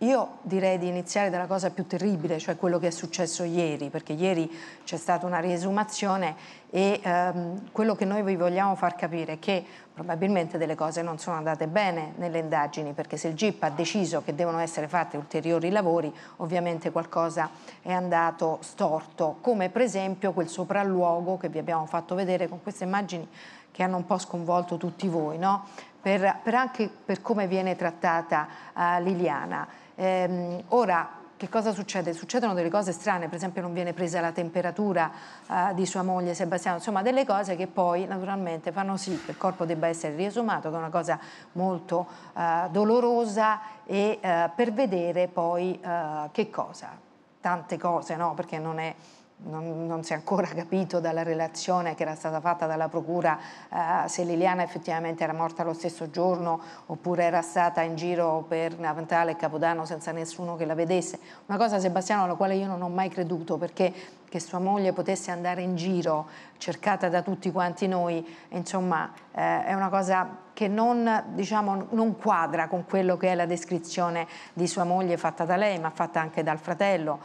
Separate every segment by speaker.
Speaker 1: Io direi di iniziare dalla cosa più terribile, cioè quello che è successo ieri, perché ieri c'è stata una riesumazione e quello che noi vi vogliamo far capire è che probabilmente delle cose non sono andate bene nelle indagini, perché se il GIP ha deciso che devono essere fatti ulteriori lavori, ovviamente qualcosa è andato storto, come per esempio quel sopralluogo che vi abbiamo fatto vedere con queste immagini che hanno un po' sconvolto tutti voi, no? Anche per come viene trattata Liliana. Ora, che cosa succede? Succedono delle cose strane, per esempio non viene presa la temperatura di sua moglie Sebastiano, insomma delle cose che poi naturalmente fanno sì che il corpo debba essere riesumato, che è una cosa molto dolorosa, e per vedere poi che cosa? Tante cose, no? Perché non si è ancora capito dalla relazione che era stata fatta dalla procura se Liliana effettivamente era morta lo stesso giorno oppure era stata in giro per Natale e Capodanno senza nessuno che la vedesse. Una cosa, Sebastiano, alla quale io non ho mai creduto, perché che sua moglie potesse andare in giro cercata da tutti quanti noi, insomma è una cosa che non quadra con quello che è la descrizione di sua moglie fatta da lei, ma fatta anche dal fratello,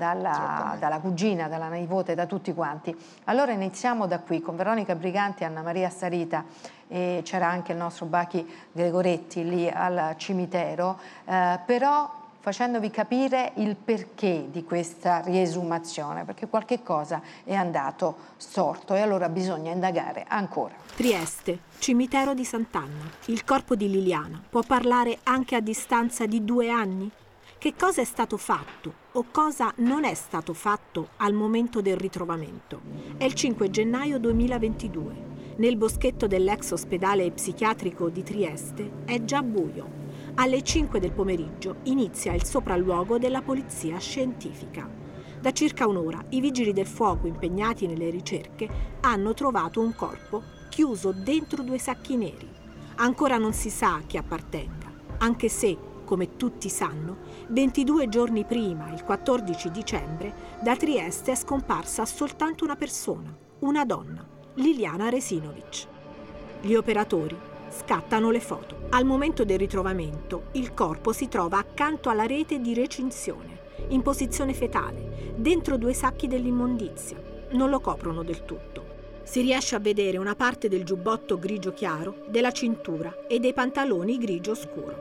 Speaker 1: dalla cugina, dalla nipote, da tutti quanti. Allora iniziamo da qui con Veronica Briganti e Anna Maria Starita, e c'era anche il nostro Bachi Gregoretti lì al cimitero, però facendovi capire il perché di questa riesumazione, perché qualche cosa è andato storto e allora bisogna indagare ancora.
Speaker 2: Trieste, cimitero di Sant'Anna. Il corpo di Liliana può parlare anche a distanza di 2 anni? Che cosa è stato fatto o cosa non è stato fatto al momento del ritrovamento? È il 5 gennaio 2022. Nel boschetto dell'ex ospedale psichiatrico di Trieste è già buio. Alle 5 del pomeriggio inizia il sopralluogo della polizia scientifica. Da circa un'ora i vigili del fuoco impegnati nelle ricerche hanno trovato un corpo chiuso dentro 2 sacchi neri. Ancora non si sa a chi appartenga, anche se, come tutti sanno, 22 giorni prima, il 14 dicembre, da Trieste è scomparsa soltanto una persona, una donna, Liliana Resinovic. Gli operatori scattano le foto. Al momento del ritrovamento, il corpo si trova accanto alla rete di recinzione, in posizione fetale, dentro 2 sacchi dell'immondizia. Non lo coprono del tutto. Si riesce a vedere una parte del giubbotto grigio chiaro, della cintura e dei pantaloni grigio scuro.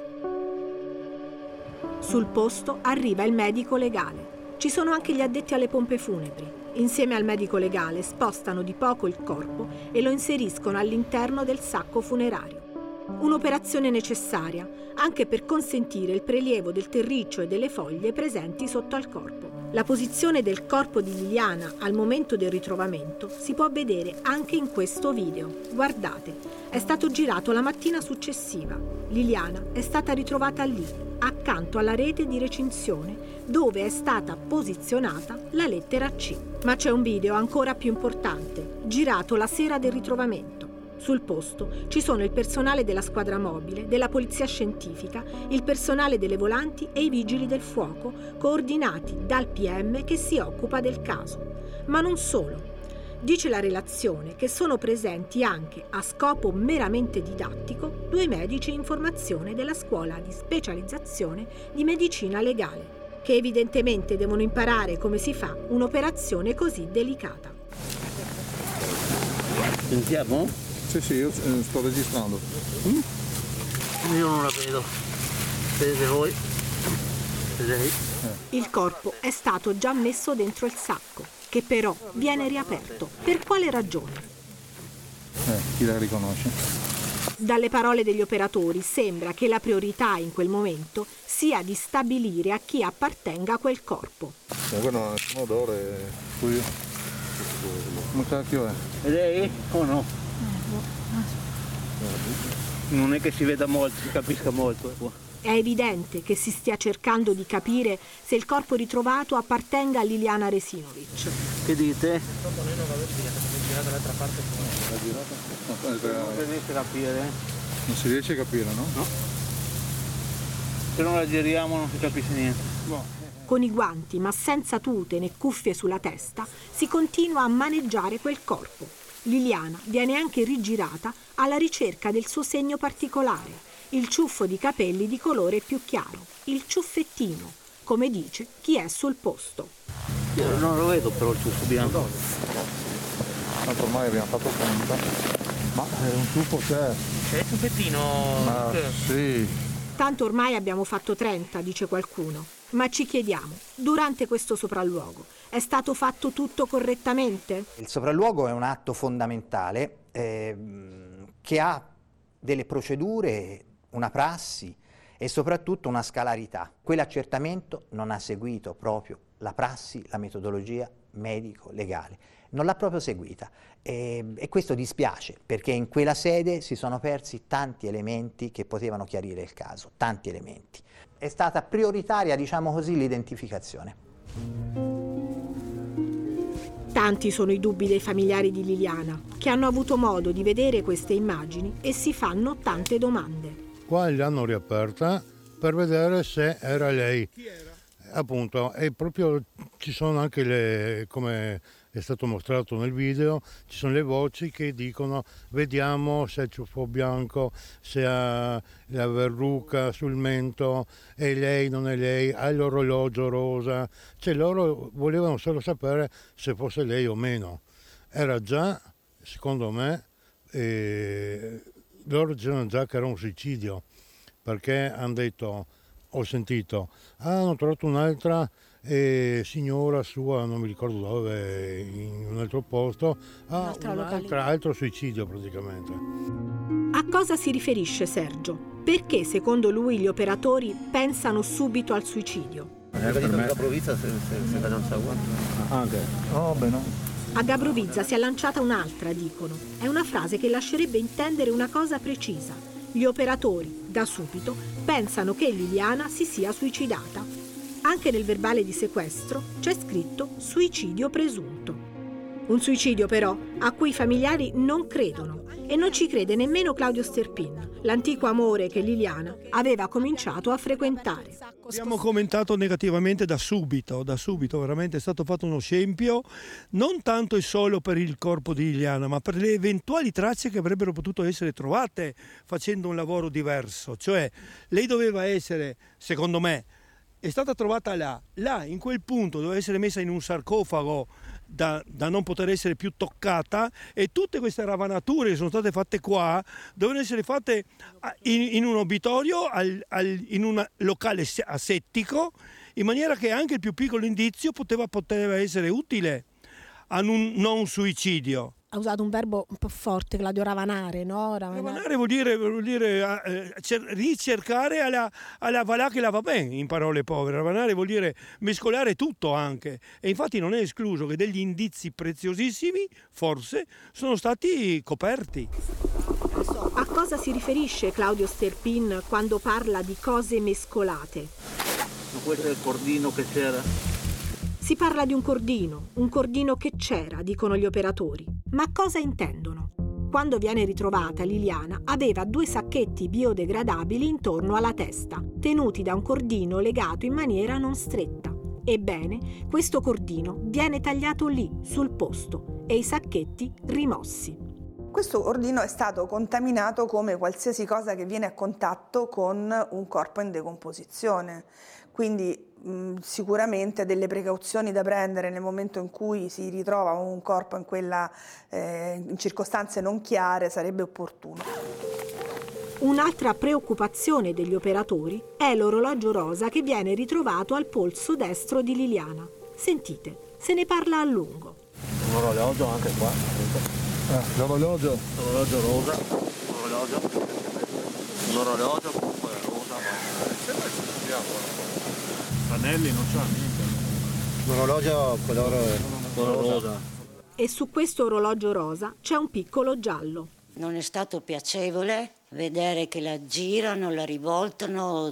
Speaker 2: Sul posto arriva il medico legale. Ci sono anche gli addetti alle pompe funebri. Insieme al medico legale spostano di poco il corpo e lo inseriscono all'interno del sacco funerario. Un'operazione necessaria anche per consentire il prelievo del terriccio e delle foglie presenti sotto al corpo. La posizione del corpo di Liliana al momento del ritrovamento si può vedere anche in questo video. Guardate, è stato girato la mattina successiva. Liliana è stata ritrovata lì, accanto alla rete di recinzione, dove è stata posizionata la lettera C. Ma c'è un video ancora più importante, girato la sera del ritrovamento. Sul posto ci sono il personale della squadra mobile, della polizia scientifica, il personale delle volanti e i vigili del fuoco, coordinati dal PM che si occupa del caso. Ma non solo. Dice la relazione che sono presenti anche, a scopo meramente didattico, 2 medici in formazione della scuola di specializzazione di medicina legale, che evidentemente devono imparare come si fa un'operazione così delicata.
Speaker 3: Sentiamo?
Speaker 4: Sì, io sto registrando.
Speaker 3: Io non la vedo. Vedete voi? Lei?
Speaker 2: Il corpo è stato già messo dentro il sacco, che però viene riaperto. Per quale ragione?
Speaker 4: Chi la riconosce?
Speaker 2: Dalle parole degli operatori sembra che la priorità in quel momento sia di stabilire a chi appartenga quel corpo.
Speaker 4: Comunque non ha nessun odore. Come cacchio è?
Speaker 3: E lei? O no? Non è che si veda molto, si capisca molto.
Speaker 2: È evidente che si stia cercando di capire se il corpo ritrovato appartenga a Liliana Resinovic.
Speaker 3: Che dite?
Speaker 5: Dopo noi non l'avete girata dall'altra parte.
Speaker 3: Non si riesce a capire.
Speaker 4: Non si riesce a capire, no?
Speaker 3: No. Se non la giriamo non si capisce niente.
Speaker 2: Con i guanti, ma senza tute né cuffie sulla testa, si continua a maneggiare quel corpo. Liliana viene anche rigirata alla ricerca del suo segno particolare, il ciuffo di capelli di colore più chiaro, il ciuffettino, come dice chi è sul posto.
Speaker 3: Io non lo vedo però il ciuffo bianco.
Speaker 4: Tanto ormai abbiamo fatto conto. Ma un ciuffo c'è.
Speaker 5: C'è il ciuffettino?
Speaker 4: Ma sì.
Speaker 2: Tanto ormai abbiamo fatto 30, dice qualcuno. Ma ci chiediamo, durante questo sopralluogo, è stato fatto tutto correttamente?
Speaker 6: Il sopralluogo è un atto fondamentale che ha delle procedure, una prassi e soprattutto una scalarità. Quell'accertamento non ha seguito proprio la prassi, la metodologia medico-legale. Non l'ha proprio seguita e questo dispiace perché in quella sede si sono persi tanti elementi che potevano chiarire il caso, tanti elementi. È stata prioritaria, diciamo così, l'identificazione.
Speaker 2: Tanti sono i dubbi dei familiari di Liliana, che hanno avuto modo di vedere queste immagini e si fanno tante domande.
Speaker 7: Qua l'hanno riaperta per vedere se era lei. Chi era? Appunto, e proprio ci sono anche le, come è stato mostrato nel video, ci sono le voci che dicono vediamo se ha il ciuffo bianco, se ha la verruca sul mento, è lei, non è lei, ha l'orologio rosa, cioè loro volevano solo sapere se fosse lei o meno. Era già, secondo me, loro dicevano già che era un suicidio, perché hanno detto, ho sentito, hanno trovato un'altra signora sua, non mi ricordo dove, in un altro posto, altro suicidio praticamente.
Speaker 2: A cosa si riferisce Sergio? Perché secondo lui gli operatori pensano subito al suicidio?
Speaker 3: Per me.
Speaker 4: Anche. Oh, beh, no.
Speaker 2: A Gabrovizza si è lanciata un'altra, dicono. È una frase che lascerebbe intendere una cosa precisa. Gli operatori, da subito, pensano che Liliana si sia suicidata. Anche nel verbale di sequestro c'è scritto suicidio presunto. Un suicidio però a cui i familiari non credono e non ci crede nemmeno Claudio Sterpin, l'antico amore che Liliana aveva cominciato a frequentare.
Speaker 8: Abbiamo commentato negativamente da subito, veramente è stato fatto uno scempio, non tanto e solo per il corpo di Liliana, ma per le eventuali tracce che avrebbero potuto essere trovate facendo un lavoro diverso. Cioè, lei doveva essere, secondo me, è stata trovata là, in quel punto doveva essere messa in un sarcofago da non poter essere più toccata, e tutte queste ravanature che sono state fatte qua dovevano essere fatte in un obitorio, in un locale asettico, in maniera che anche il più piccolo indizio poteva essere utile a un non suicidio.
Speaker 9: Ha usato un verbo un po' forte, Claudio, ravanare, no?
Speaker 8: Ravanare vuol dire ricercare alla valà che la va bene, in parole povere. Ravanare vuol dire mescolare tutto anche. E infatti non è escluso che degli indizi preziosissimi, forse, sono stati coperti.
Speaker 2: A cosa si riferisce Claudio Sterpin quando parla di cose mescolate?
Speaker 3: Questo è il cordino che c'era.
Speaker 2: Si parla di un cordino che c'era, dicono gli operatori. Ma cosa intendono? Quando viene ritrovata, Liliana aveva 2 sacchetti biodegradabili intorno alla testa, tenuti da un cordino legato in maniera non stretta. Ebbene, questo cordino viene tagliato lì, sul posto, e i sacchetti rimossi.
Speaker 10: Questo cordino è stato contaminato come qualsiasi cosa che viene a contatto con un corpo in decomposizione. Quindi sicuramente delle precauzioni da prendere nel momento in cui si ritrova un corpo in circostanze non chiare sarebbe opportuno.
Speaker 2: Un'altra preoccupazione degli operatori è l'orologio rosa che viene ritrovato al polso destro di Liliana. Sentite, se ne parla a lungo.
Speaker 3: Un orologio anche qua.
Speaker 4: L'orologio.
Speaker 3: L'orologio rosa. Un orologio comunque rosa.
Speaker 4: Anelli non c'ha niente.
Speaker 3: L'orologio colore rosa.
Speaker 2: E su questo orologio rosa c'è un piccolo giallo.
Speaker 11: Non è stato piacevole vedere che la girano, la rivoltano,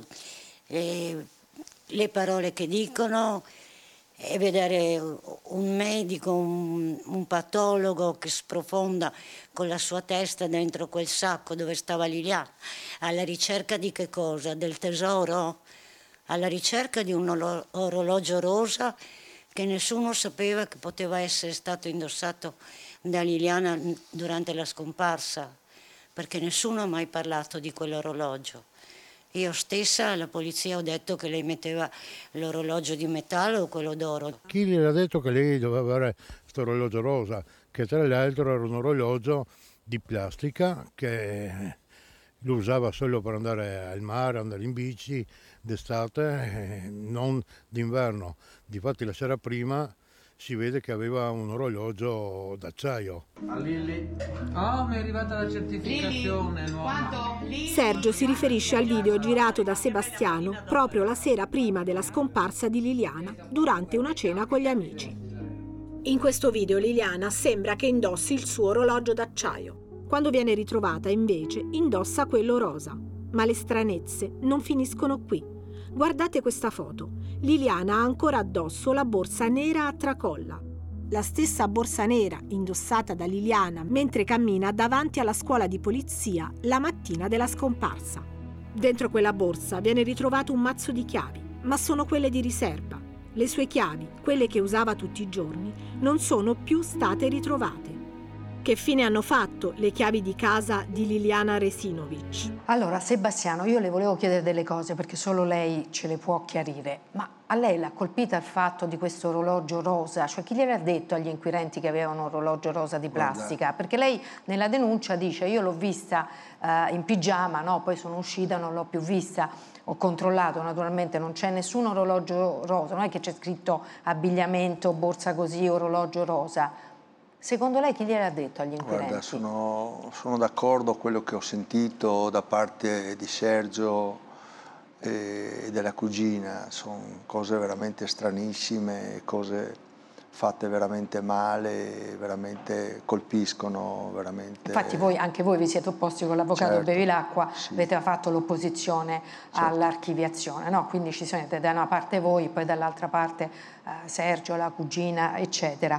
Speaker 11: le parole che dicono, e vedere un medico, un patologo che sprofonda con la sua testa dentro quel sacco dove stava Liliana, alla ricerca di che cosa? Del tesoro? Alla ricerca di un orologio rosa che nessuno sapeva che poteva essere stato indossato da Liliana durante la scomparsa, perché nessuno ha mai parlato di quell'orologio. Io stessa alla polizia ho detto che lei metteva l'orologio di metallo o quello d'oro.
Speaker 7: Chi le ha detto che lei doveva avere questo orologio rosa, che tra l'altro era un orologio di plastica che lo usava solo per andare al mare, andare in bici d'estate, non d'inverno. Difatti la sera prima si vede che aveva un orologio d'acciaio.
Speaker 3: A Lilli. Oh, mi è arrivata la certificazione nuova.
Speaker 2: Sergio si riferisce al video girato da Sebastiano proprio la sera prima della scomparsa di Liliana, durante una cena con gli amici. In questo video Liliana sembra che indossi il suo orologio d'acciaio. Quando viene ritrovata, invece, indossa quello rosa. Ma le stranezze non finiscono qui. Guardate questa foto. Liliana ha ancora addosso la borsa nera a tracolla. La stessa borsa nera indossata da Liliana mentre cammina davanti alla scuola di polizia la mattina della scomparsa. Dentro quella borsa viene ritrovato un mazzo di chiavi, ma sono quelle di riserva. Le sue chiavi, quelle che usava tutti i giorni, non sono più state ritrovate. Che fine hanno fatto le chiavi di casa di Liliana Resinovic?
Speaker 1: Allora, Sebastiano, io le volevo chiedere delle cose perché solo lei ce le può chiarire, ma a lei l'ha colpita il fatto di questo orologio rosa? Cioè, chi gliel'ha detto agli inquirenti che aveva un orologio rosa di plastica? Guarda. Perché lei nella denuncia dice: io l'ho vista in pigiama, no? Poi sono uscita, non l'ho più vista. Ho controllato, naturalmente non c'è nessun orologio rosa, non è che c'è scritto abbigliamento, borsa così, orologio rosa. Secondo lei chi gliel'ha detto agli inquirenti?
Speaker 12: Guarda, sono d'accordo con quello che ho sentito da parte di Sergio e della cugina. Sono cose veramente stranissime, cose fatte veramente male, veramente colpiscono, veramente.
Speaker 1: Infatti voi, anche voi vi siete opposti con l'avvocato Bevilacqua, sì. Avete fatto l'opposizione all'archiviazione, no? Quindi ci siete da una parte voi, poi dall'altra parte Sergio, la cugina, eccetera.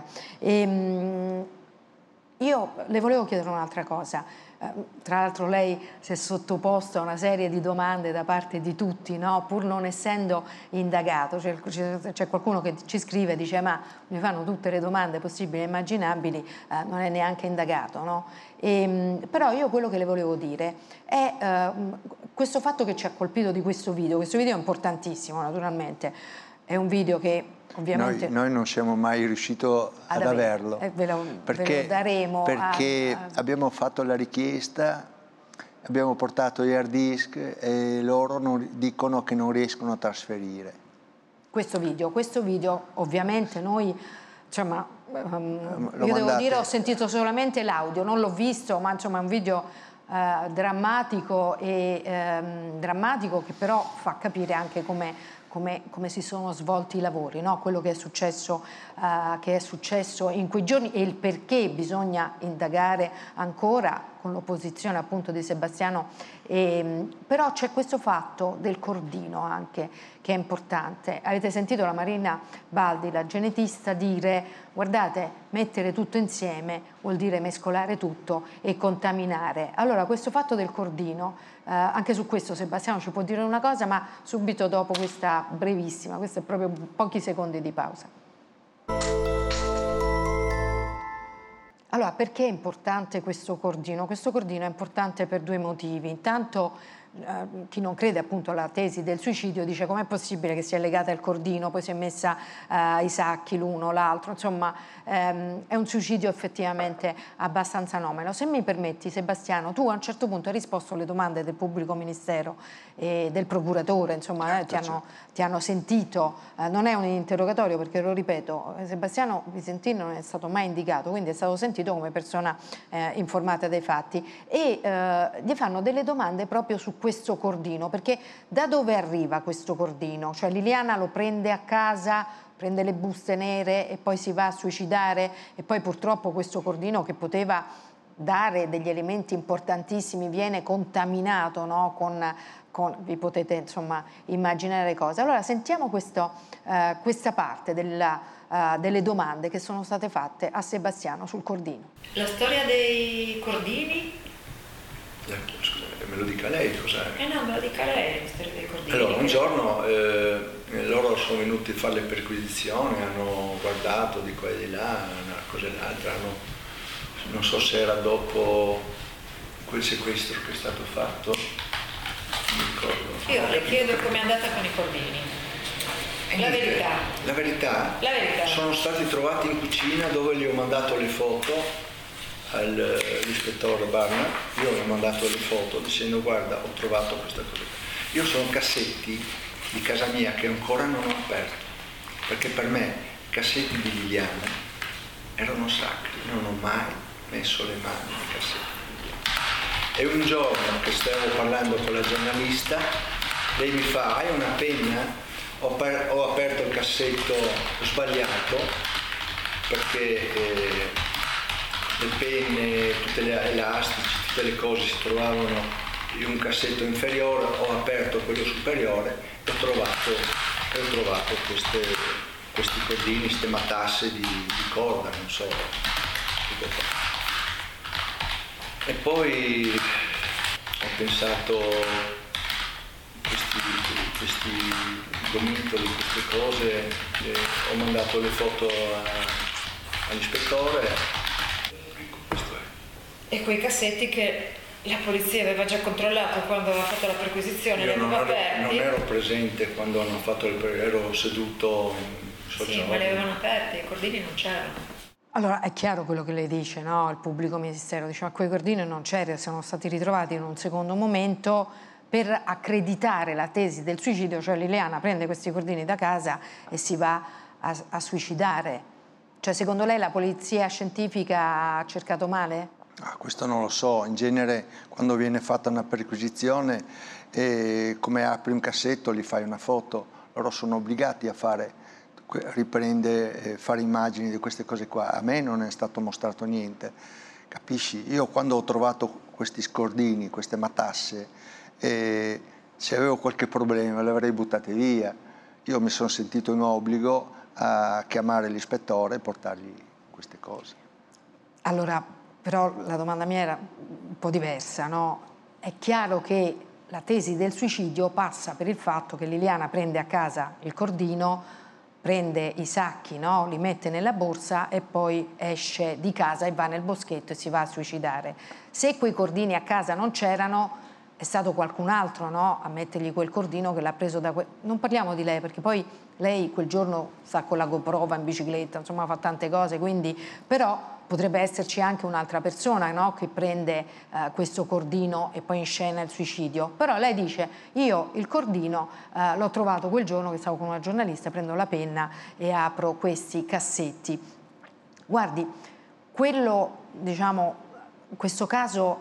Speaker 1: Io le volevo chiedere un'altra cosa. Tra l'altro lei si è sottoposto a una serie di domande da parte di tutti, no? Pur non essendo indagato. C'è qualcuno che ci scrive e dice: ma mi fanno tutte le domande possibili e immaginabili, non è neanche indagato, no? Però io quello che le volevo dire è questo fatto che ci ha colpito di questo video. Questo video è importantissimo, naturalmente. È un video che ovviamente
Speaker 12: noi non siamo mai riusciti ad averlo,
Speaker 1: ve lo daremo
Speaker 12: perché abbiamo fatto la richiesta, abbiamo portato gli hard disk e loro dicono che non riescono a trasferire
Speaker 1: questo video ovviamente noi, insomma, io devo dire, ho sentito solamente l'audio, non l'ho visto, ma insomma è un video drammatico che però fa capire anche come si sono svolti i lavori, no? Quello che è successo in quei giorni e il perché bisogna indagare ancora con l'opposizione appunto di Sebastiano. Però c'è questo fatto del cordino anche che è importante. Avete sentito la Marina Baldi, la genetista, dire: guardate, mettere tutto insieme vuol dire mescolare tutto e contaminare. Allora questo fatto del cordino, anche su questo Sebastiano ci può dire una cosa, ma subito dopo questa brevissima, questo è proprio pochi secondi di pausa. Allora, perché è importante questo cordino? Questo cordino è importante per due motivi. Intanto chi non crede appunto alla tesi del suicidio dice: com'è possibile che sia legata il cordino, poi si è messa i sacchi l'uno l'altro, insomma è un suicidio effettivamente abbastanza anomalo. Se mi permetti, Sebastiano, tu a un certo punto hai risposto alle domande del pubblico ministero e del procuratore, insomma ti hanno sentito, non è un interrogatorio perché, lo ripeto, Sebastiano Visentini non è stato mai indicato, quindi è stato sentito come persona informata dei fatti, e gli fanno delle domande proprio su questo cordino, perché da dove arriva questo cordino? Cioè Liliana lo prende a casa, prende le buste nere e poi si va a suicidare, e poi purtroppo questo cordino che poteva dare degli elementi importantissimi viene contaminato, no? Vi potete insomma immaginare le cose. Allora sentiamo questa parte delle domande che sono state fatte a Sebastiano sul cordino.
Speaker 13: La storia dei cordini?
Speaker 14: Me lo dica lei cos'è?
Speaker 13: No, me lo dica lei la storia dei cordini.
Speaker 14: Allora, un giorno loro sono venuti a fare le perquisizioni, hanno guardato di qua e di là, una cosa e l'altra, non so se era dopo quel sequestro che è stato fatto, non mi ricordo.
Speaker 13: Io le chiedo com'è andata con i cordini. La verità.
Speaker 14: La verità?
Speaker 13: La verità.
Speaker 14: Sono stati trovati in cucina dove gli ho mandato le foto all'ispettore Barna. Io gli ho mandato le foto dicendo guarda, ho trovato questa cosa. Io sono cassetti di casa mia che ancora non ho aperto, perché per me i cassetti di Liliana erano sacri, non ho mai messo le mani nei cassetti. E un giorno che stavo parlando con la giornalista, lei mi fa, hai una penna? Ho aperto il cassetto, ho sbagliato, perché le penne, tutte le elastici, tutte le cose si trovavano in un cassetto inferiore, ho aperto quello superiore e ho trovato questi cordini, queste matasse di corda, non so. E poi ho pensato questi gomitoli, queste cose, ho mandato le foto all'ispettore. Ecco, questo è.
Speaker 13: E quei cassetti che la polizia aveva già controllato quando aveva fatto la perquisizione, li
Speaker 14: Io
Speaker 13: aveva aperti?
Speaker 14: Non ero presente quando hanno fatto ero seduto in sociale.
Speaker 13: Sì, ma li avevano aperti, i cordini non c'erano.
Speaker 1: Allora è chiaro quello che lei dice, no? Il pubblico ministero dice ma quei cordini non c'erano, sono stati ritrovati in un secondo momento per accreditare la tesi del suicidio, cioè Liliana prende questi cordini da casa e si va a suicidare. Cioè secondo lei la polizia scientifica ha cercato male?
Speaker 12: Questo non lo so, in genere quando viene fatta una perquisizione come apri un cassetto gli fai una foto, loro sono obbligati a fare immagini di queste cose qua. A me non è stato mostrato niente, capisci? Io quando ho trovato questi scordini, queste matasse, se avevo qualche problema le avrei buttate via. Io mi sono sentito in obbligo a chiamare l'ispettore e portargli queste cose.
Speaker 1: Allora, però la domanda mia era un po' diversa, no? È chiaro che la tesi del suicidio passa per il fatto che Liliana prende a casa il cordino, prende i sacchi, no? Li mette nella borsa e poi esce di casa e va nel boschetto e si va a suicidare. Se quei cordini a casa non c'erano, è stato qualcun altro, no? A mettergli quel cordino che l'ha preso da Non parliamo di lei, perché poi lei quel giorno sta con la GoPro, va in bicicletta, insomma fa tante cose, quindi però potrebbe esserci anche un'altra persona, no? Che prende questo cordino e poi inscena il suicidio. Però lei dice, io il cordino l'ho trovato quel giorno che stavo con una giornalista, prendo la penna e apro questi cassetti. Guardi, questo caso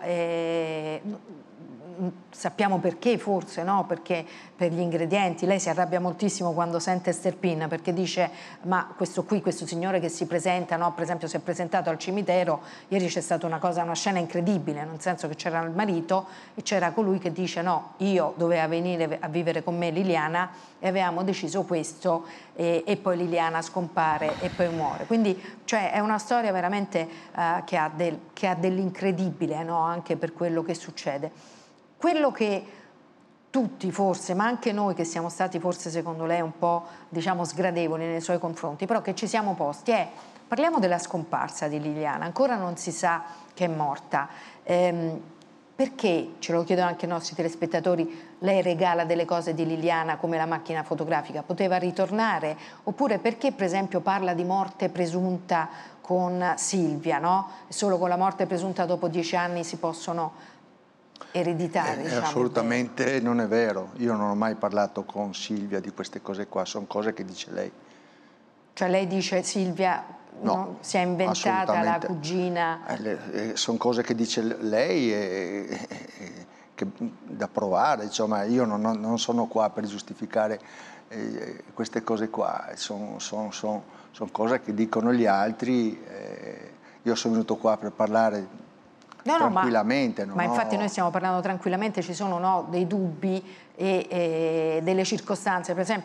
Speaker 1: sappiamo perché forse, no? Perché per gli ingredienti. Lei si arrabbia moltissimo quando sente Ester Pin, perché dice ma questo signore che si presenta, no? Per esempio si è presentato al cimitero, ieri c'è stata una scena incredibile, nel senso che c'era il marito e c'era colui che dice no, io doveva venire a vivere con me Liliana e avevamo deciso questo e poi Liliana scompare e poi muore. Quindi cioè, è una storia veramente che ha dell'incredibile, no? Anche per quello che succede. Quello che tutti forse, ma anche noi che siamo stati forse secondo lei un po' sgradevoli nei suoi confronti, però che ci siamo posti parliamo della scomparsa di Liliana, ancora non si sa che è morta. Perché, ce lo chiedono anche i nostri telespettatori, lei regala delle cose di Liliana come la macchina fotografica? Poteva ritornare? Oppure perché per esempio parla di morte presunta con Silvia, no? Solo con la morte presunta dopo 10 anni si possono ereditare,
Speaker 12: Assolutamente non è vero, io non ho mai parlato con Silvia di queste cose qua, sono cose che dice lei.
Speaker 1: Cioè lei dice Silvia si è inventata la cugina?
Speaker 12: Sono cose che dice lei da provare, insomma io non sono qua per giustificare queste cose qua, sono cose che dicono gli altri, io sono venuto qua per parlare tranquillamente.
Speaker 1: Ma infatti noi stiamo parlando tranquillamente, ci sono dei dubbi e delle circostanze. Per esempio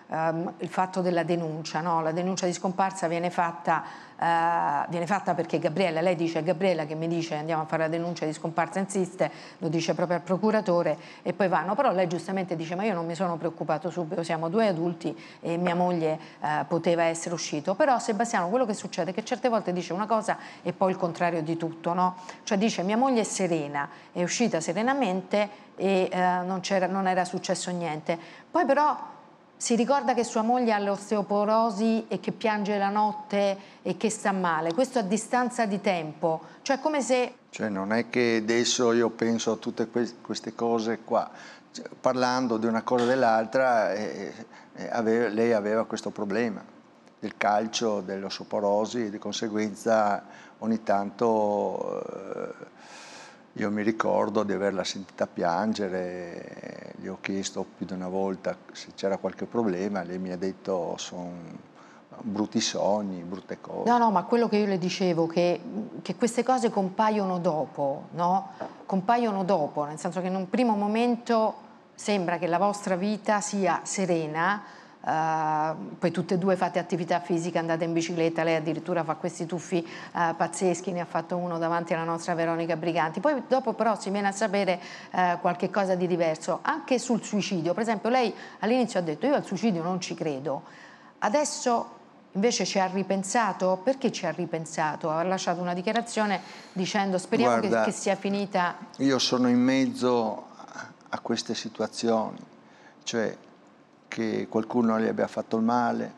Speaker 1: il fatto della denuncia, no? La denuncia di scomparsa viene fatta perché Gabriella, lei dice: Gabriella che mi dice andiamo a fare la denuncia di scomparsa, insiste, lo dice proprio al procuratore e poi vanno, però lei giustamente dice: ma io non mi sono preoccupato subito, siamo 2 adulti e mia moglie poteva essere uscito. Però Sebastiano, quello che succede è che certe volte dice una cosa e poi il contrario di tutto, no? Cioè dice: mia moglie è serena, è uscita serenamente e non era successo niente. Poi però si ricorda che sua moglie ha l'osteoporosi e che piange la notte e che sta male. Questo a distanza di tempo, cioè come se...
Speaker 12: Cioè non è che adesso io penso a tutte queste cose qua, cioè, parlando di una cosa o dell'altra, lei aveva questo problema del calcio, dell'osteoporosi e di conseguenza ogni tanto... Io mi ricordo di averla sentita piangere, gli ho chiesto più di una volta se c'era qualche problema, lei mi ha detto sono brutti sogni, brutte cose.
Speaker 1: No, ma quello che io le dicevo, che queste cose compaiono dopo, no? Compaiono dopo, nel senso che in un primo momento sembra che la vostra vita sia serena, poi tutte e due fate attività fisica, andate in bicicletta, lei addirittura fa questi tuffi pazzeschi, ne ha fatto uno davanti alla nostra Veronica Briganti, poi dopo però si viene a sapere qualche cosa di diverso, anche sul suicidio. Per esempio lei all'inizio ha detto: io al suicidio non ci credo, adesso invece ci ha ripensato. Perché ci ha ripensato? Ha lasciato una dichiarazione dicendo: speriamo che sia finita.
Speaker 12: Io sono in mezzo a queste situazioni, cioè che qualcuno le abbia fatto il male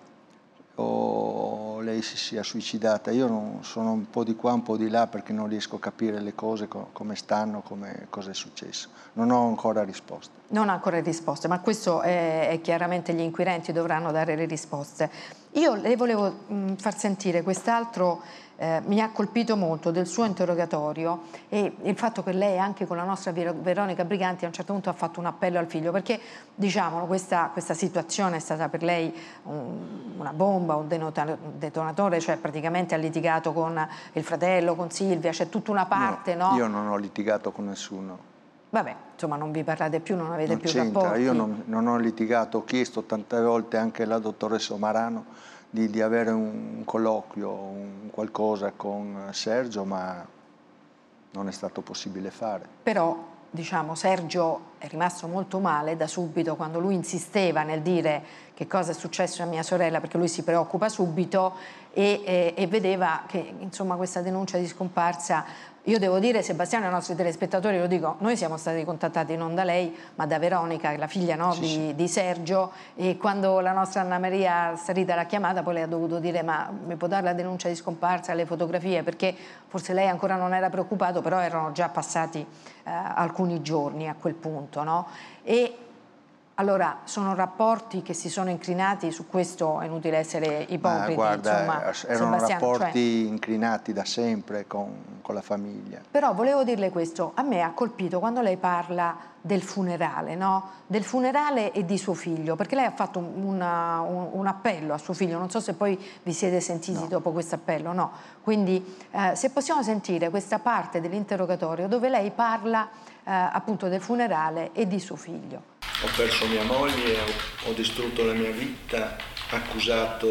Speaker 12: o lei si sia suicidata. Io non sono un po' di qua, un po' di là, perché non riesco a capire le cose come stanno, cosa è successo. Non ho ancora risposte.
Speaker 1: Non ha ancora risposte, ma questo è chiaramente gli inquirenti dovranno dare le risposte. Io le volevo far sentire quest'altro, mi ha colpito molto del suo interrogatorio, e il fatto che lei anche con la nostra Veronica Briganti a un certo punto ha fatto un appello al figlio, perché diciamolo, questa situazione è stata per lei una bomba, un detonatore, cioè praticamente ha litigato con il fratello, con Silvia, c'è tutta una parte, no?
Speaker 12: Io non ho litigato con nessuno.
Speaker 1: Vabbè, insomma, non vi parlate più, non avete più rapporti.
Speaker 12: Io non ho litigato, ho chiesto tante volte anche alla dottoressa Marano di avere un colloquio, qualcosa con Sergio, ma non è stato possibile fare.
Speaker 1: Però, diciamo, Sergio è rimasto molto male da subito quando lui insisteva nel dire che cosa è successo a mia sorella, perché lui si preoccupa subito e vedeva che, insomma, questa denuncia di scomparsa... Io devo dire, Sebastiano, ai nostri telespettatori lo dico, noi siamo stati contattati non da lei ma da Veronica, la figlia, no, di Sergio, e quando la nostra Anna Maria Starita l'ha chiamata poi lei ha dovuto dire: ma mi può dare la denuncia di scomparsa, le fotografie, perché forse lei ancora non era preoccupato, però erano già passati alcuni giorni a quel punto, no? E allora sono rapporti che si sono incrinati, su questo è inutile essere ipocriti.
Speaker 12: Guarda,
Speaker 1: insomma,
Speaker 12: erano rapporti incrinati da sempre con la famiglia.
Speaker 1: Però volevo dirle questo, a me ha colpito quando lei parla del funerale, no? Del funerale e di suo figlio, perché lei ha fatto un appello a suo figlio, non so se poi vi siete sentiti dopo questo appello, no? Quindi se possiamo sentire questa parte dell'interrogatorio dove lei parla appunto del funerale e di suo figlio.
Speaker 14: Ho perso mia moglie, ho distrutto la mia vita, accusato...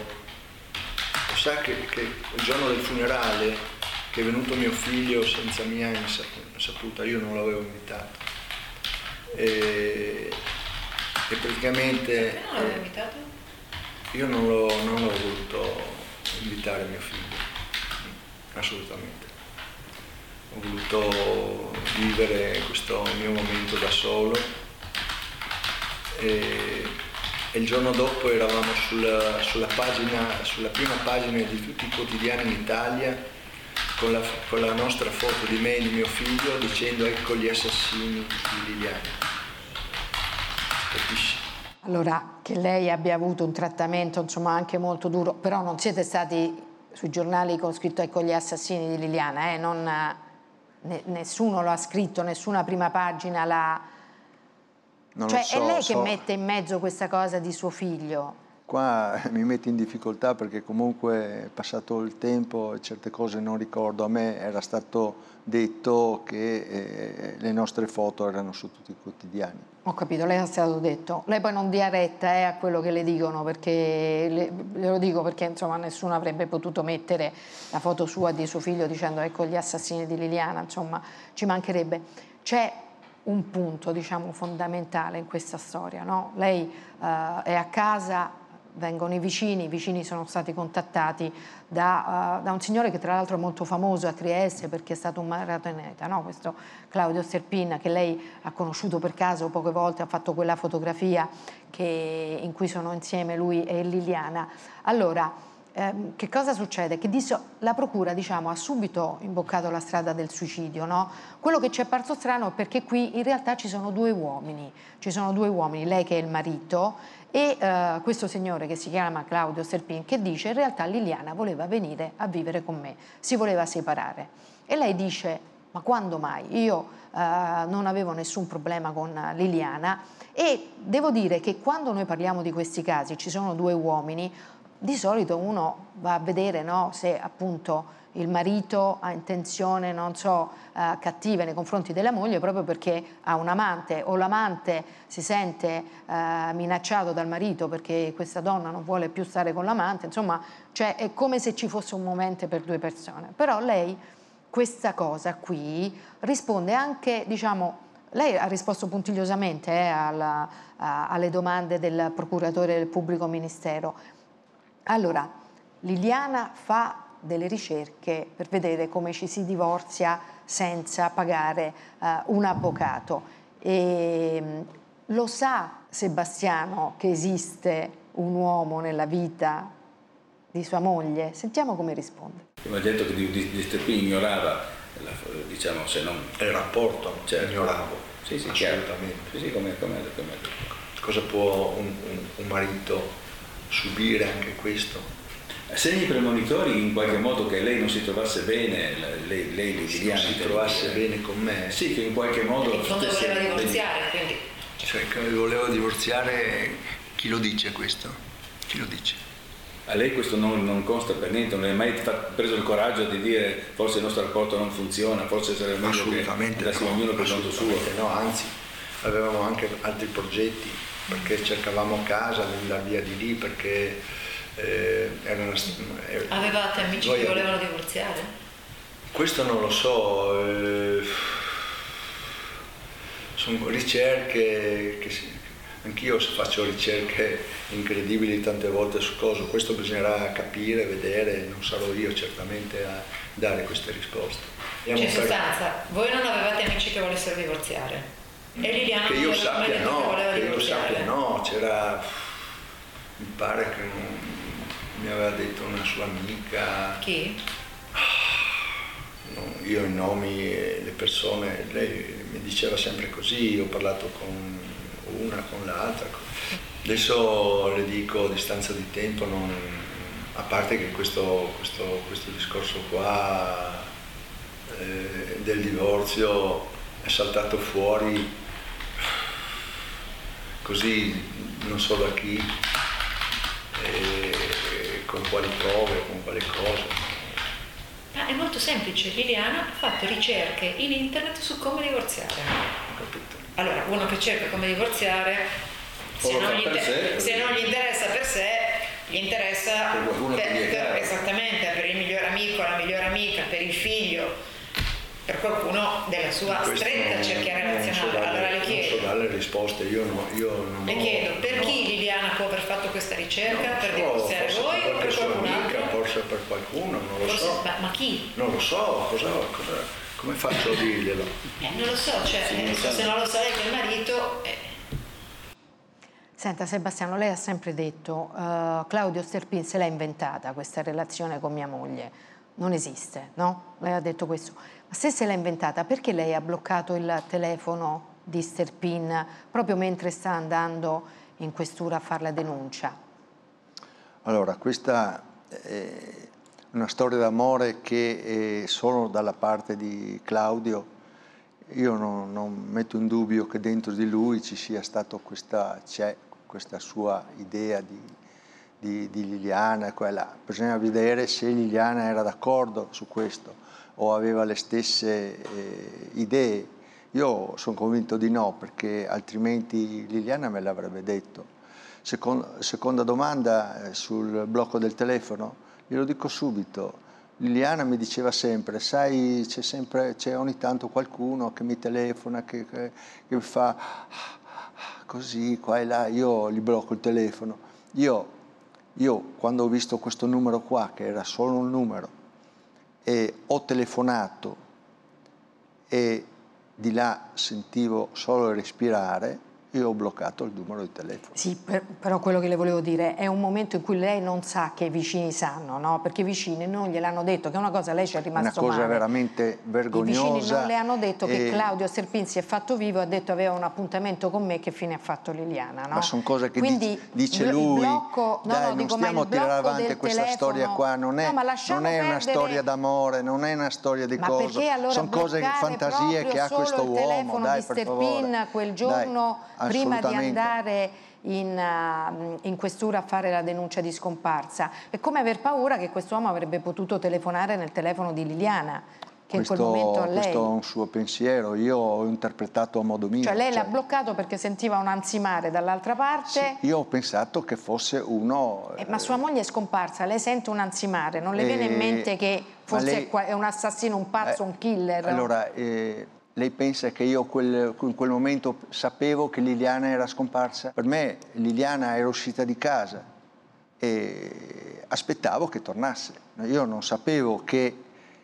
Speaker 14: Sa che il giorno del funerale, che è venuto mio figlio senza mia insaputa, io non l'avevo invitato. E praticamente...
Speaker 13: Perché non l'avevo invitato?
Speaker 14: Io non l'ho voluto invitare mio figlio, assolutamente. Ho voluto vivere questo mio momento da solo. E il giorno dopo eravamo sulla prima pagina di tutti i quotidiani in Italia con la nostra foto di me e di mio figlio dicendo: ecco gli assassini di Liliana. Capisci?
Speaker 1: Allora, che lei abbia avuto un trattamento insomma anche molto duro, però non siete stati sui giornali con scritto ecco gli assassini di Liliana, nessuno lo ha scritto, nessuna prima pagina l'ha...
Speaker 12: Non
Speaker 1: cioè
Speaker 12: lo so,
Speaker 1: è lei che mette in mezzo questa cosa di suo figlio?
Speaker 12: qua mi mette in difficoltà perché comunque è passato il tempo e certe cose non ricordo. A me era stato detto che le nostre foto erano su tutti i quotidiani.
Speaker 1: Ho capito, lei è stato detto. Lei poi non dia retta a quello che le dicono, perché glielo dico perché insomma nessuno avrebbe potuto mettere la foto sua e di suo figlio dicendo ecco gli assassini di Liliana, insomma ci mancherebbe. C'è un punto diciamo fondamentale in questa storia, no? Lei è a casa, vengono i vicini sono stati contattati da un signore che tra l'altro è molto famoso a Trieste perché è stato un maratoneta, no? Questo Claudio Sterpin che lei ha conosciuto per caso poche volte, ha fatto quella fotografia in cui sono insieme lui e Liliana. Allora, che cosa succede? Che la procura diciamo, ha subito imboccato la strada del suicidio, no? Quello che ci è parso strano è perché qui in realtà ci sono due uomini, lei che è il marito e questo signore che si chiama Claudio Sterpin che dice in realtà Liliana voleva venire a vivere con me, si voleva separare e lei dice ma quando mai? Io non avevo nessun problema con Liliana e devo dire che quando noi parliamo di questi casi ci sono due uomini, di solito uno va a vedere no, se appunto il marito ha intenzione, non so, cattive nei confronti della moglie proprio perché ha un amante o l'amante si sente minacciato dal marito perché questa donna non vuole più stare con l'amante, insomma, cioè è come se ci fosse un momento per due persone. Però lei questa cosa qui risponde anche, diciamo, lei ha risposto puntigliosamente alle domande del procuratore del pubblico ministero. Allora, Liliana fa delle ricerche per vedere come ci si divorzia senza pagare un avvocato. E, lo sa Sebastiano che esiste un uomo nella vita di sua moglie? Sentiamo come risponde.
Speaker 15: Mi ha detto che di Sterpin ignorava, diciamo, se non...
Speaker 14: il rapporto,
Speaker 15: certo.
Speaker 14: Ignoravo.
Speaker 15: Sì,
Speaker 14: assolutamente.
Speaker 15: Sì, come
Speaker 14: cosa può un marito subire anche questo?
Speaker 15: Segni premonitori in qualche modo che lei non si trovasse bene, lei Liliana
Speaker 14: si trovasse bene con me?
Speaker 15: Sì, che in qualche modo...
Speaker 13: In fondo voleva divorziare, quindi...
Speaker 14: Cioè che voleva divorziare, chi lo dice questo? Chi lo dice?
Speaker 15: A lei questo non consta per niente, non è mai preso il coraggio di dire forse il nostro rapporto non funziona, forse sarebbe meglio
Speaker 14: assolutamente
Speaker 15: che ognuno per conto suo.
Speaker 14: No, anzi, avevamo anche altri progetti, perché cercavamo casa, di andare via di lì, perché
Speaker 13: avevate amici che volevano divorziare?
Speaker 14: Questo non lo so, sono ricerche che anch'io faccio ricerche incredibili tante volte su cosa, questo bisognerà capire, vedere, non sarò io certamente a dare queste risposte.
Speaker 13: Cioè in sostanza, voi non avevate amici che volessero divorziare? E Liliana
Speaker 14: che io sappia no, c'era, mi pare che mi aveva detto una sua amica.
Speaker 13: Chi?
Speaker 14: No, io i nomi e le persone, lei mi diceva sempre così, ho parlato con una, con l'altra. Adesso le dico a distanza di tempo, a parte che questo discorso qua del divorzio è saltato fuori così non so da chi, con quali prove, con quali cose.
Speaker 13: È molto semplice, Liliana ha fatto ricerche in internet su come divorziare.
Speaker 14: Ho capito.
Speaker 13: Allora, uno che cerca come divorziare, se non gli interessa per sé, gli interessa esattamente per il miglior amico, la migliore amica, per il figlio, per qualcuno della sua stretta cerchia relazionale. Allora le chiedo.
Speaker 14: Non so dare risposte, io non
Speaker 13: le chiedo, per chi Liliana può aver fatto questa ricerca? Per divorziare voi o per qualcun altro?
Speaker 14: Forse per qualcuno, non lo so.
Speaker 13: Ma chi?
Speaker 14: Non lo so, come faccio a dirglielo?
Speaker 13: Non lo so, cioè, se non lo sa lei che è il marito...
Speaker 1: Senta Sebastiano, lei ha sempre detto Claudio Sterpin se l'ha inventata questa relazione con mia moglie, non esiste, no? Lei ha detto questo. Ma se l'ha inventata, perché lei ha bloccato il telefono di Sterpin proprio mentre sta andando in questura a fare la denuncia?
Speaker 12: Allora, questa è una storia d'amore che è solo dalla parte di Claudio. Io non metto in dubbio che dentro di lui ci sia stato questa sua idea di Liliana e quella. Bisogna vedere se Liliana era d'accordo su questo o aveva le stesse idee. Io sono convinto di no, perché altrimenti Liliana me l'avrebbe detto. Seconda domanda sul blocco del telefono, glielo dico subito. Liliana mi diceva sempre, sai, c'è ogni tanto qualcuno che mi telefona, che mi fa così, qua e là, io gli blocco il telefono. Io quando ho visto questo numero qua, che era solo un numero, e ho telefonato e di là sentivo solo respirare, io ho bloccato il numero di telefono.
Speaker 1: Sì, però quello che le volevo dire è un momento in cui lei non sa che i vicini sanno, no? Perché i vicini non gliel'hanno detto, che è una cosa, lei ci è rimasto male.
Speaker 12: Una cosa veramente vergognosa.
Speaker 1: I vicini non le hanno detto che Claudio Serpin si è fatto vivo, ha detto aveva un appuntamento con me, che fine ha fatto Liliana, no?
Speaker 12: Ma sono cose che dice
Speaker 1: il
Speaker 12: lui.
Speaker 1: Blocco,
Speaker 12: dai, non stiamo a tirare avanti questa storia qua, non è una storia d'amore, non è una storia di cose,
Speaker 1: allora
Speaker 12: sono cose, fantasie che ha questo uomo, dai, per favore.
Speaker 1: Quel giorno, prima di andare in questura a fare la denuncia di scomparsa, è come aver paura che quest'uomo avrebbe potuto telefonare nel telefono di Liliana, che in quel momento a lei...
Speaker 12: Questo è un suo pensiero, io ho interpretato a modo mio.
Speaker 1: Cioè lei l'ha bloccato perché sentiva un ansimare dall'altra parte?
Speaker 12: Sì, io ho pensato che fosse uno...
Speaker 1: Ma sua moglie è scomparsa, lei sente un ansimare, non le viene in mente che forse è un assassino, un pazzo, un killer?
Speaker 12: Allora... lei pensa che io in quel momento sapevo che Liliana era scomparsa? Per me Liliana era uscita di casa e aspettavo che tornasse. Io non sapevo che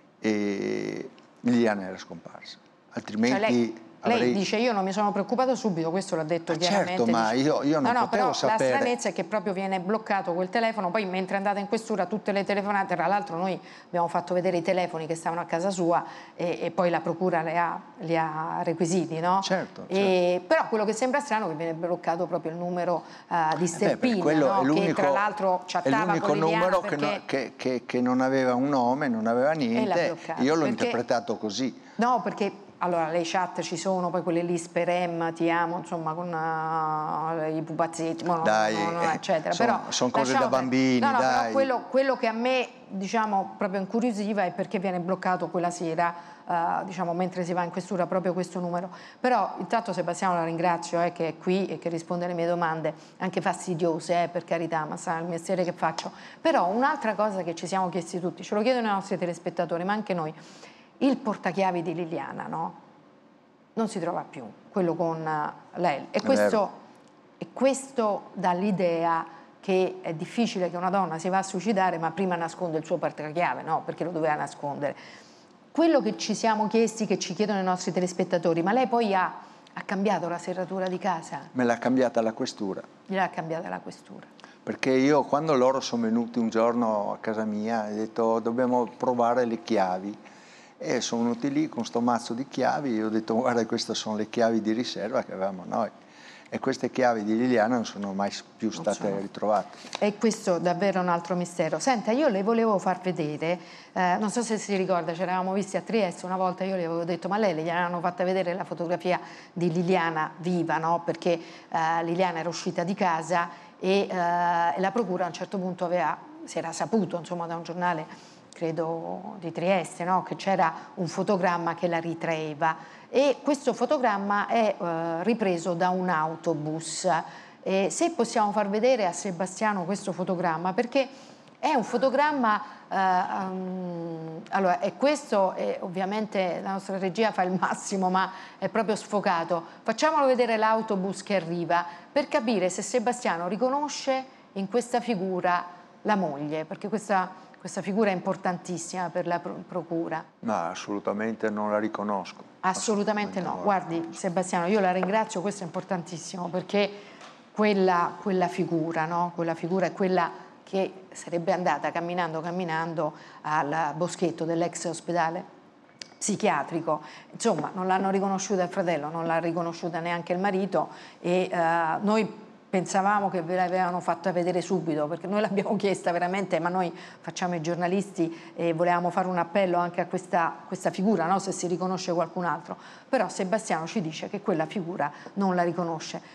Speaker 12: Liliana era scomparsa, altrimenti...
Speaker 1: Cioè lei dice io non mi sono preoccupato subito, questo l'ha detto chiaramente.
Speaker 12: Certo, ma io non potevo
Speaker 1: però
Speaker 12: sapere.
Speaker 1: La stranezza è che proprio viene bloccato quel telefono, poi mentre è andata in questura tutte le telefonate, tra l'altro noi abbiamo fatto vedere i telefoni che stavano a casa sua e poi la procura li ha requisiti, no?
Speaker 12: Certo.
Speaker 1: Però quello che sembra strano è che viene bloccato proprio il numero di Sterpin, no? Che tra l'altro chattava con Liliana
Speaker 12: numero
Speaker 1: perché...
Speaker 12: che non aveva un nome, non aveva niente, io l'ho interpretato così.
Speaker 1: No, perché... Allora, le chat ci sono, poi quelle lì sperem, ti amo, insomma, con i pupazzetti, eccetera.
Speaker 12: Sono cose da bambini, dai.
Speaker 1: Però quello che a me, diciamo, proprio incuriosiva è perché viene bloccato quella sera, diciamo, mentre si va in questura proprio questo numero. Però, intanto Sebastiano la ringrazio, che è qui e che risponde alle mie domande, anche fastidiose, per carità, ma sa il mestiere che faccio. Però un'altra cosa che ci siamo chiesti tutti, ce lo chiedono i nostri telespettatori, ma anche noi, il portachiavi di Liliana, no? Non si trova più, quello con lei. E questo dà l'idea che è difficile che una donna si va a suicidare, ma prima nasconde il suo portachiave, no? Perché lo doveva nascondere. Quello che ci siamo chiesti, che ci chiedono i nostri telespettatori, ma lei poi ha cambiato la serratura di casa?
Speaker 12: Me l'ha cambiata la questura.
Speaker 1: Gliel'ha cambiata la questura.
Speaker 12: Perché io, quando loro sono venuti un giorno a casa mia, ho detto dobbiamo provare le chiavi. E sono venuti lì con sto mazzo di chiavi e ho detto guarda, queste sono le chiavi di riserva che avevamo noi e queste chiavi di Liliana non sono mai più state ritrovate.
Speaker 1: E questo davvero è un altro mistero. Senta, io le volevo far vedere, non so se si ricorda, ci eravamo visti a Trieste una volta, io le avevo detto ma lei gli hanno fatta vedere la fotografia di Liliana viva, no? Perché Liliana era uscita di casa e la procura a un certo punto si era saputo, insomma, da un giornale credo di Trieste, no? Che c'era un fotogramma che la ritraeva e questo fotogramma è ripreso da un autobus. Se possiamo far vedere a Sebastiano questo fotogramma, perché è un fotogramma, allora è questo, ovviamente la nostra regia fa il massimo, ma è proprio sfocato. Facciamolo vedere l'autobus che arriva per capire se Sebastiano riconosce in questa figura la moglie, perché questa figura è importantissima per la procura.
Speaker 12: No, assolutamente non la riconosco.
Speaker 1: Assolutamente no. Guardi Sebastiano, io la ringrazio, questo è importantissimo perché quella figura, no? Quella figura è quella che sarebbe andata camminando al boschetto dell'ex ospedale psichiatrico. Insomma, non l'hanno riconosciuta il fratello, non l'ha riconosciuta neanche il marito e noi pensavamo che ve l'avevano fatta vedere subito, perché noi l'abbiamo chiesta veramente, ma noi facciamo i giornalisti e volevamo fare un appello anche a questa figura, no? Se si riconosce qualcun altro. Però Sebastiano ci dice che quella figura non la riconosce.